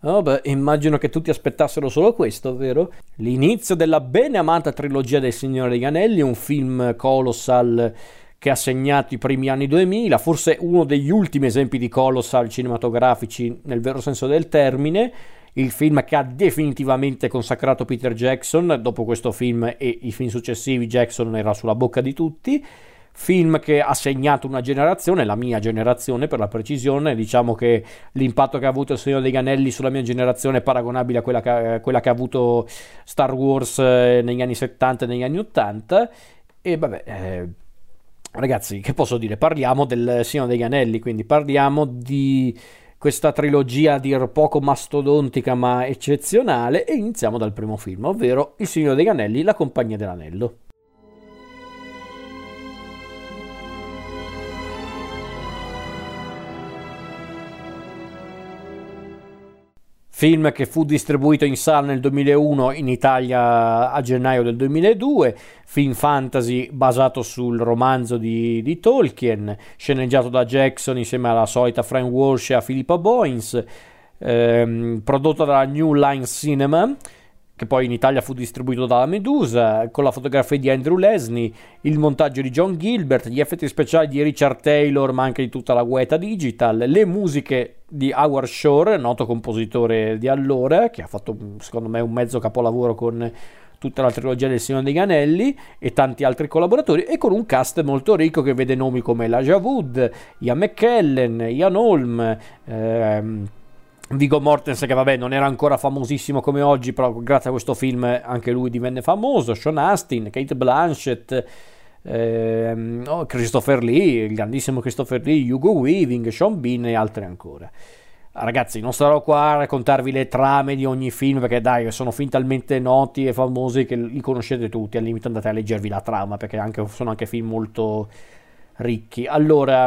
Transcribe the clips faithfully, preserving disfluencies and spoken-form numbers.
Oh beh, immagino che tutti aspettassero solo questo, vero? L'inizio della bene amata trilogia del Signore degli Anelli, un film colossal che ha segnato i primi anni duemila, forse uno degli ultimi esempi di colossal cinematografici nel vero senso del termine, il film che ha definitivamente consacrato Peter Jackson. Dopo questo film e i film successivi Jackson era sulla bocca di tutti. Film che ha segnato una generazione, la mia generazione per la precisione. Diciamo che l'impatto che ha avuto il Signore degli Anelli sulla mia generazione è paragonabile a quella che, quella che ha avuto Star Wars negli anni settanta e negli anni ottanta. E vabbè, eh, ragazzi, che posso dire? Parliamo del Signore degli Anelli, quindi parliamo di questa trilogia a dir poco mastodontica ma eccezionale, e iniziamo dal primo film, ovvero Il Signore degli Anelli, La Compagnia dell'Anello. Film che fu distribuito in sala nel duemilauno, in Italia a gennaio del duemiladue, film fantasy basato sul romanzo di, di Tolkien, sceneggiato da Jackson insieme alla solita Fran Walsh e a Philippa Boyens, ehm, prodotto dalla New Line Cinema, che poi in Italia fu distribuito dalla Medusa, con la fotografia di Andrew Lesnie, il montaggio di John Gilbert, gli effetti speciali di Richard Taylor, ma anche di tutta la Weta Digital, le musiche di Howard Shore, noto compositore di allora, che ha fatto secondo me un mezzo capolavoro con tutta la trilogia del Signore degli Anelli, e tanti altri collaboratori, e con un cast molto ricco che vede nomi come Elijah Wood, Ian McKellen, Ian Holm, ehm, Viggo Mortensen, che vabbè non era ancora famosissimo come oggi, però grazie a questo film anche lui divenne famoso, Sean Astin, Kate Blanchett, ehm, oh, Christopher Lee, il grandissimo Christopher Lee, Hugo Weaving, Sean Bean e altri ancora. Ragazzi, non starò qua a raccontarvi le trame di ogni film, perché dai, sono film talmente noti e famosi che li conoscete tutti, al limite andate a leggervi la trama, perché anche, sono anche film molto ricchi. Allora,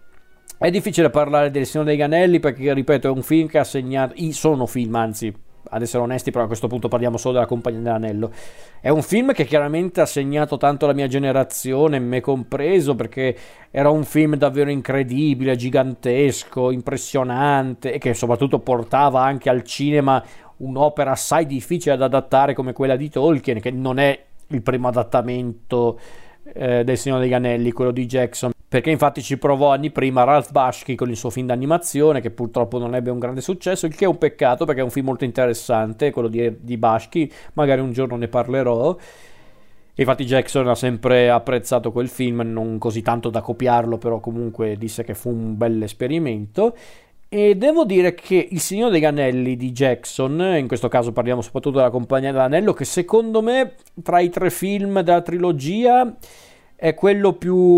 è difficile parlare del Signore degli Anelli perché, ripeto, è un film che ha segnato... Sono film, anzi, ad essere onesti, però a questo punto parliamo solo della Compagnia dell'Anello. È un film che chiaramente ha segnato tanto la mia generazione, me compreso, perché era un film davvero incredibile, gigantesco, impressionante, e che soprattutto portava anche al cinema un'opera assai difficile ad adattare come quella di Tolkien, che non è il primo adattamento eh, del Signore degli Anelli, quello di Jackson, perché infatti ci provò anni prima Ralph Bakshi con il suo film d'animazione, che purtroppo non ebbe un grande successo, il che è un peccato perché è un film molto interessante, quello di, di Bakshi, magari un giorno ne parlerò. Infatti Jackson ha sempre apprezzato quel film, non così tanto da copiarlo, però comunque disse che fu un bel esperimento. E devo dire che Il Signore degli Anelli di Jackson, in questo caso parliamo soprattutto della Compagnia dell'Anello, che secondo me tra i tre film della trilogia è quello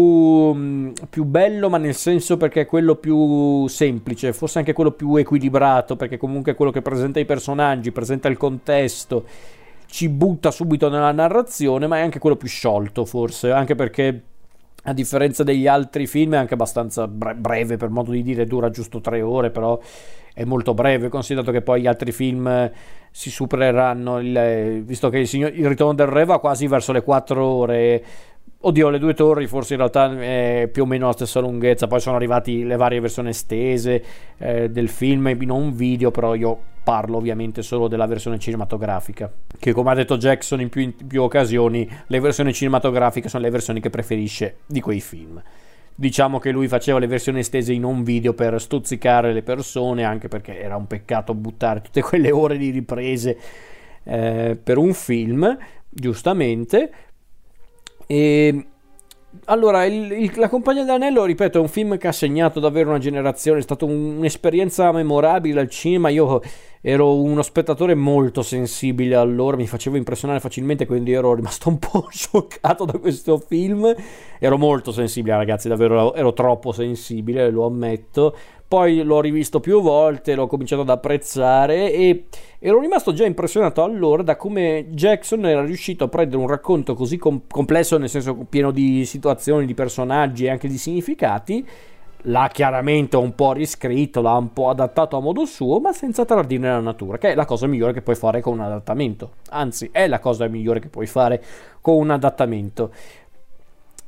più, più bello, ma nel senso perché è quello più semplice, forse anche quello più equilibrato, perché comunque è quello che presenta i personaggi, presenta il contesto, ci butta subito nella narrazione, ma è anche quello più sciolto forse, anche perché a differenza degli altri film è anche abbastanza breve, per modo di dire, dura giusto tre ore, però è molto breve, considerato che poi gli altri film si supereranno, il, visto che il, signor, il Ritorno del Re va quasi verso le quattro ore. Oddio, le due torri forse in realtà è più o meno la stessa lunghezza, poi sono arrivati le varie versioni estese eh, del film in un video, però io parlo ovviamente solo della versione cinematografica, che come ha detto Jackson in più, in più occasioni, le versioni cinematografiche sono le versioni che preferisce di quei film. Diciamo che lui faceva le versioni estese in un video per stuzzicare le persone, anche perché era un peccato buttare tutte quelle ore di riprese eh, per un film, giustamente. E allora il, il, La Compagnia dell'Anello, ripeto, è un film che ha segnato davvero una generazione, è stata un, un'esperienza memorabile al cinema. Io ero uno spettatore molto sensibile allora, mi facevo impressionare facilmente, quindi ero rimasto un po' scioccato da questo film. Ero molto sensibile, ragazzi, davvero ero troppo sensibile, lo ammetto. Poi l'ho rivisto più volte, l'ho cominciato ad apprezzare e ero rimasto già impressionato allora da come Jackson era riuscito a prendere un racconto così com- complesso, nel senso pieno di situazioni, di personaggi e anche di significati. L'ha chiaramente un po' riscritto, l'ha un po' adattato a modo suo, ma senza tradire la natura, che è la cosa migliore che puoi fare con un adattamento. Anzi, è la cosa migliore che puoi fare con un adattamento.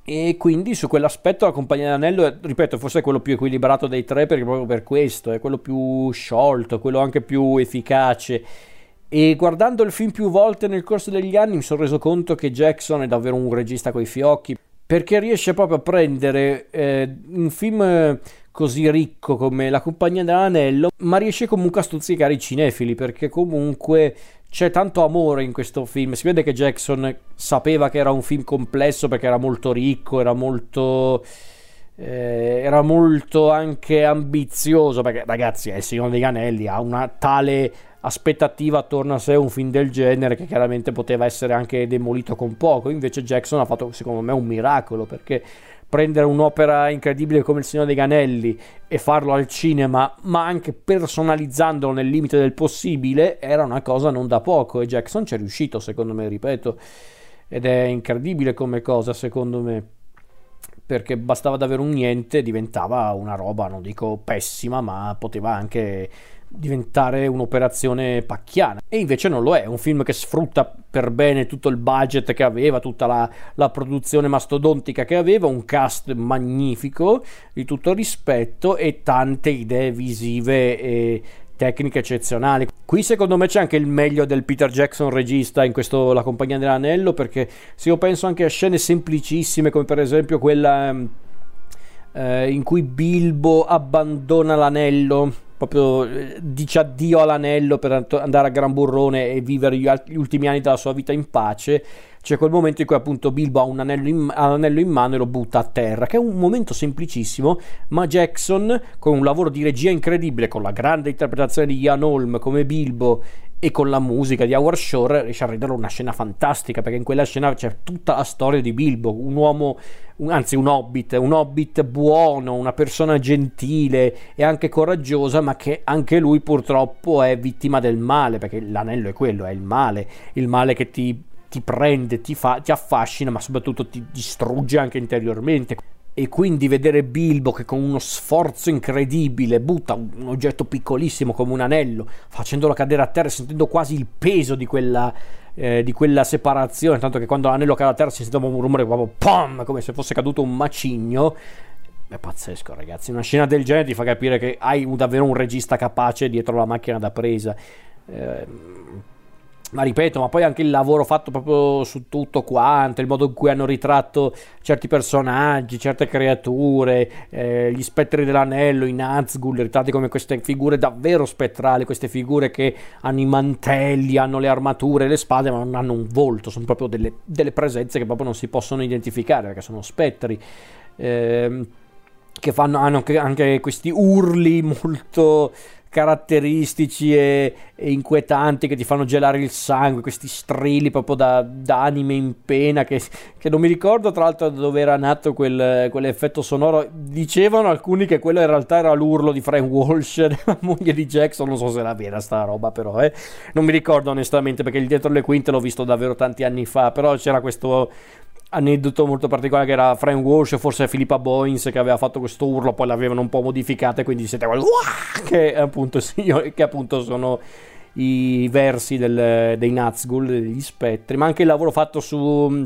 E quindi su quell'aspetto la Compagnia dell'Anello, ripeto, forse è quello più equilibrato dei tre, perché proprio per questo è quello più sciolto, quello anche più efficace. E guardando il film più volte nel corso degli anni mi sono reso conto che Jackson è davvero un regista coi fiocchi, perché riesce proprio a prendere eh, un film così ricco come La Compagnia dell'Anello, ma riesce comunque a stuzzicare i cinefili, perché comunque c'è tanto amore in questo film. Si vede che Jackson sapeva che era un film complesso, perché era molto ricco, era molto eh, era molto anche ambizioso, perché ragazzi, è Il Signore degli Anelli, ha una tale aspettativa attorno a sé un film del genere che chiaramente poteva essere anche demolito con poco. Invece Jackson ha fatto secondo me un miracolo, perché prendere un'opera incredibile come Il Signore degli Anelli e farlo al cinema, ma anche personalizzandolo nel limite del possibile, era una cosa non da poco, e Jackson ci è riuscito secondo me, ripeto, ed è incredibile come cosa secondo me, perché bastava davvero un niente, diventava una roba, non dico pessima, ma poteva anche diventare un'operazione pacchiana, e invece non lo è. È un film che sfrutta per bene tutto il budget che aveva, tutta la, la produzione mastodontica che aveva, un cast magnifico di tutto rispetto e tante idee visive e tecniche eccezionali. Qui secondo me c'è anche il meglio del Peter Jackson regista in questo La Compagnia dell'Anello, perché se io penso anche a scene semplicissime come per esempio quella eh, in cui Bilbo abbandona l'anello, proprio dice addio all'anello per andare a Gran Burrone e vivere gli, gli ultimi anni della sua vita in pace. C'è quel momento in cui appunto Bilbo ha un anello in, ha un anello in mano e lo butta a terra, che è un momento semplicissimo, ma Jackson, con un lavoro di regia incredibile, con la grande interpretazione di Ian Holm come Bilbo e con la musica di Howard Shore, riesce a renderlo una scena fantastica, perché in quella scena c'è tutta la storia di Bilbo, un uomo, un, anzi un hobbit, un hobbit buono, una persona gentile e anche coraggiosa, ma che anche lui purtroppo è vittima del male, perché l'anello è quello, è il male, il male che ti, ti prende, ti, fa, ti affascina, ma soprattutto ti distrugge anche interiormente. E quindi vedere Bilbo che con uno sforzo incredibile butta un oggetto piccolissimo come un anello, facendolo cadere a terra, sentendo quasi il peso di quella, eh, di quella separazione, tanto che quando l'anello cade a terra si sentiva un rumore proprio pam, come se fosse caduto un macigno. È pazzesco, ragazzi. Una scena del genere ti fa capire che hai davvero un regista capace dietro la macchina da presa. eh, Ma ripeto, ma poi anche il lavoro fatto proprio su tutto quanto, il modo in cui hanno ritratto certi personaggi, certe creature, eh, gli spettri dell'anello, i Nazgûl, ritratti come queste figure davvero spettrali, queste figure che hanno i mantelli, hanno le armature, le spade, ma non hanno un volto, sono proprio delle, delle presenze che proprio non si possono identificare, perché sono spettri. Eh, che fanno, hanno anche questi urli molto caratteristici e, e inquietanti che ti fanno gelare il sangue, questi strilli proprio da, da anime in pena, che, che non mi ricordo tra l'altro dove era nato quel, quell'effetto sonoro. Dicevano alcuni che quello in realtà era l'urlo di Fran Walsh, la moglie di Jackson, non so se era vera sta roba, però eh. non mi ricordo onestamente, perché il dietro le quinte l'ho visto davvero tanti anni fa, però c'era questo aneddoto molto particolare che era Fran Walsh, forse Philippa Boyens, che aveva fatto questo urlo, poi l'avevano un po' modificato e quindi siete che appunto, signori, che appunto sono i versi del, dei Nazgûl, degli spettri, ma anche il lavoro fatto su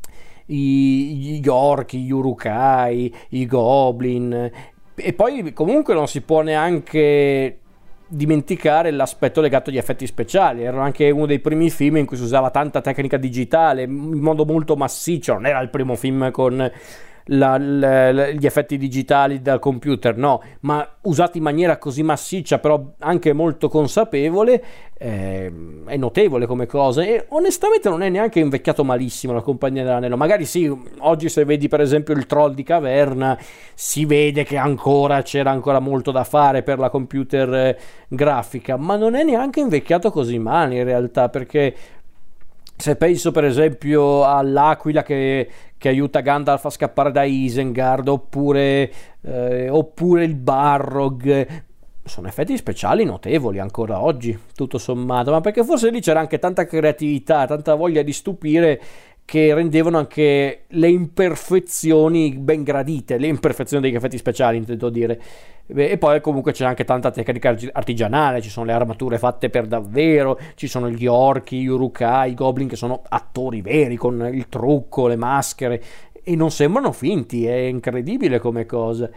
i, gli orchi, gli urukai, i goblin, e poi comunque non si può neanche dimenticare l'aspetto legato agli effetti speciali. Era anche uno dei primi film in cui si usava tanta tecnica digitale in modo molto massiccio, non era il primo film con la, la, gli effetti digitali dal computer, no, ma usati in maniera così massiccia, però anche molto consapevole. Eh, è notevole come cosa, e onestamente non è neanche invecchiato malissimo La Compagnia dell'Anello. Magari sì, oggi se vedi per esempio il Troll di Caverna si vede che ancora c'era ancora molto da fare per la computer eh, grafica, ma non è neanche invecchiato così male in realtà, perché se penso per esempio all'aquila che, che aiuta Gandalf a scappare da Isengard, oppure, eh, oppure il Barrog, sono effetti speciali notevoli ancora oggi, tutto sommato, ma perché forse lì c'era anche tanta creatività, tanta voglia di stupire, che rendevano anche le imperfezioni ben gradite, le imperfezioni degli effetti speciali intendo dire. E poi comunque c'è anche tanta tecnica artigianale, ci sono le armature fatte per davvero, ci sono gli orchi, gli urukai, i goblin che sono attori veri con il trucco, le maschere, e non sembrano finti, è incredibile come cosa.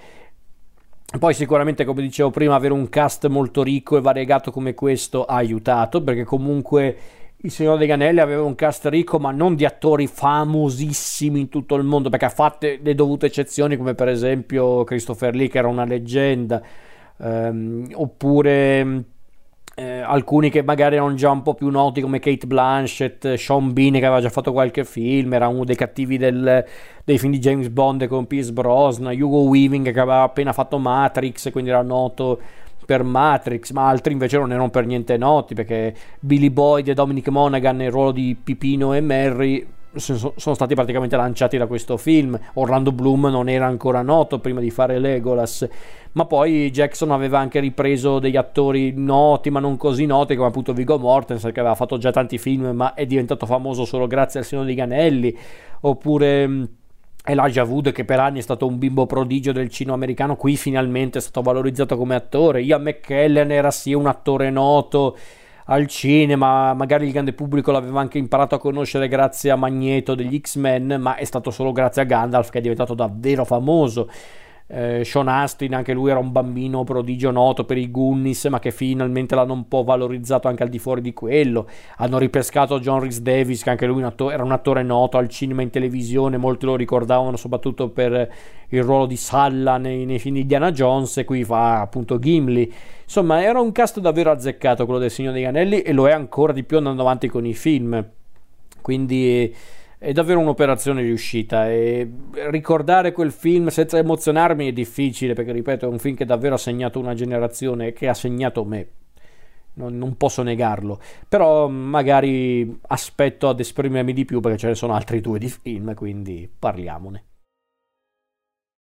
Poi sicuramente, come dicevo prima, avere un cast molto ricco e variegato come questo ha aiutato, perché comunque Il Signore degli Anelli aveva un cast ricco, ma non di attori famosissimi in tutto il mondo, perché ha fatto le dovute eccezioni, come per esempio Christopher Lee, che era una leggenda, ehm, oppure eh, alcuni che magari erano già un po' più noti, come Kate Blanchett, Sean Bean, che aveva già fatto qualche film, era uno dei cattivi del, dei film di James Bond con Pierce Brosnan, Hugo Weaving, che aveva appena fatto Matrix, quindi era noto per Matrix, ma altri invece non erano per niente noti, perché Billy Boyd e Dominic Monaghan nel ruolo di Pipino e Merry sono stati praticamente lanciati da questo film. Orlando Bloom non era ancora noto prima di fare Legolas, ma poi Jackson aveva anche ripreso degli attori noti ma non così noti, come appunto Viggo Mortensen, che aveva fatto già tanti film ma è diventato famoso solo grazie al Signore degli Anelli, oppure Elijah Wood, che per anni è stato un bimbo prodigio del cinema americano, qui finalmente è stato valorizzato come attore. Ian McKellen era sì un attore noto al cinema, magari il grande pubblico l'aveva anche imparato a conoscere grazie a Magneto degli X-Men, ma è stato solo grazie a Gandalf che è diventato davvero famoso. eh, Sean Astin, anche lui era un bambino prodigio noto per i Goonies, ma che finalmente l'hanno un po' valorizzato anche al di fuori di quello. Hanno ripescato John Rhys Davis, che anche lui un attore, era un attore noto al cinema e in televisione, molti lo ricordavano soprattutto per il ruolo di Salla nei, nei film di Indiana Jones, e qui fa appunto Gimli. Insomma, era un cast davvero azzeccato quello del Signore degli Anelli, e lo è ancora di più andando avanti con i film, quindi è davvero un'operazione riuscita. E ricordare quel film senza emozionarmi è difficile, perché ripeto, è un film che davvero ha segnato una generazione e che ha segnato me, non, non posso negarlo, però magari aspetto ad esprimermi di più, perché ce ne sono altri due di film, quindi parliamone.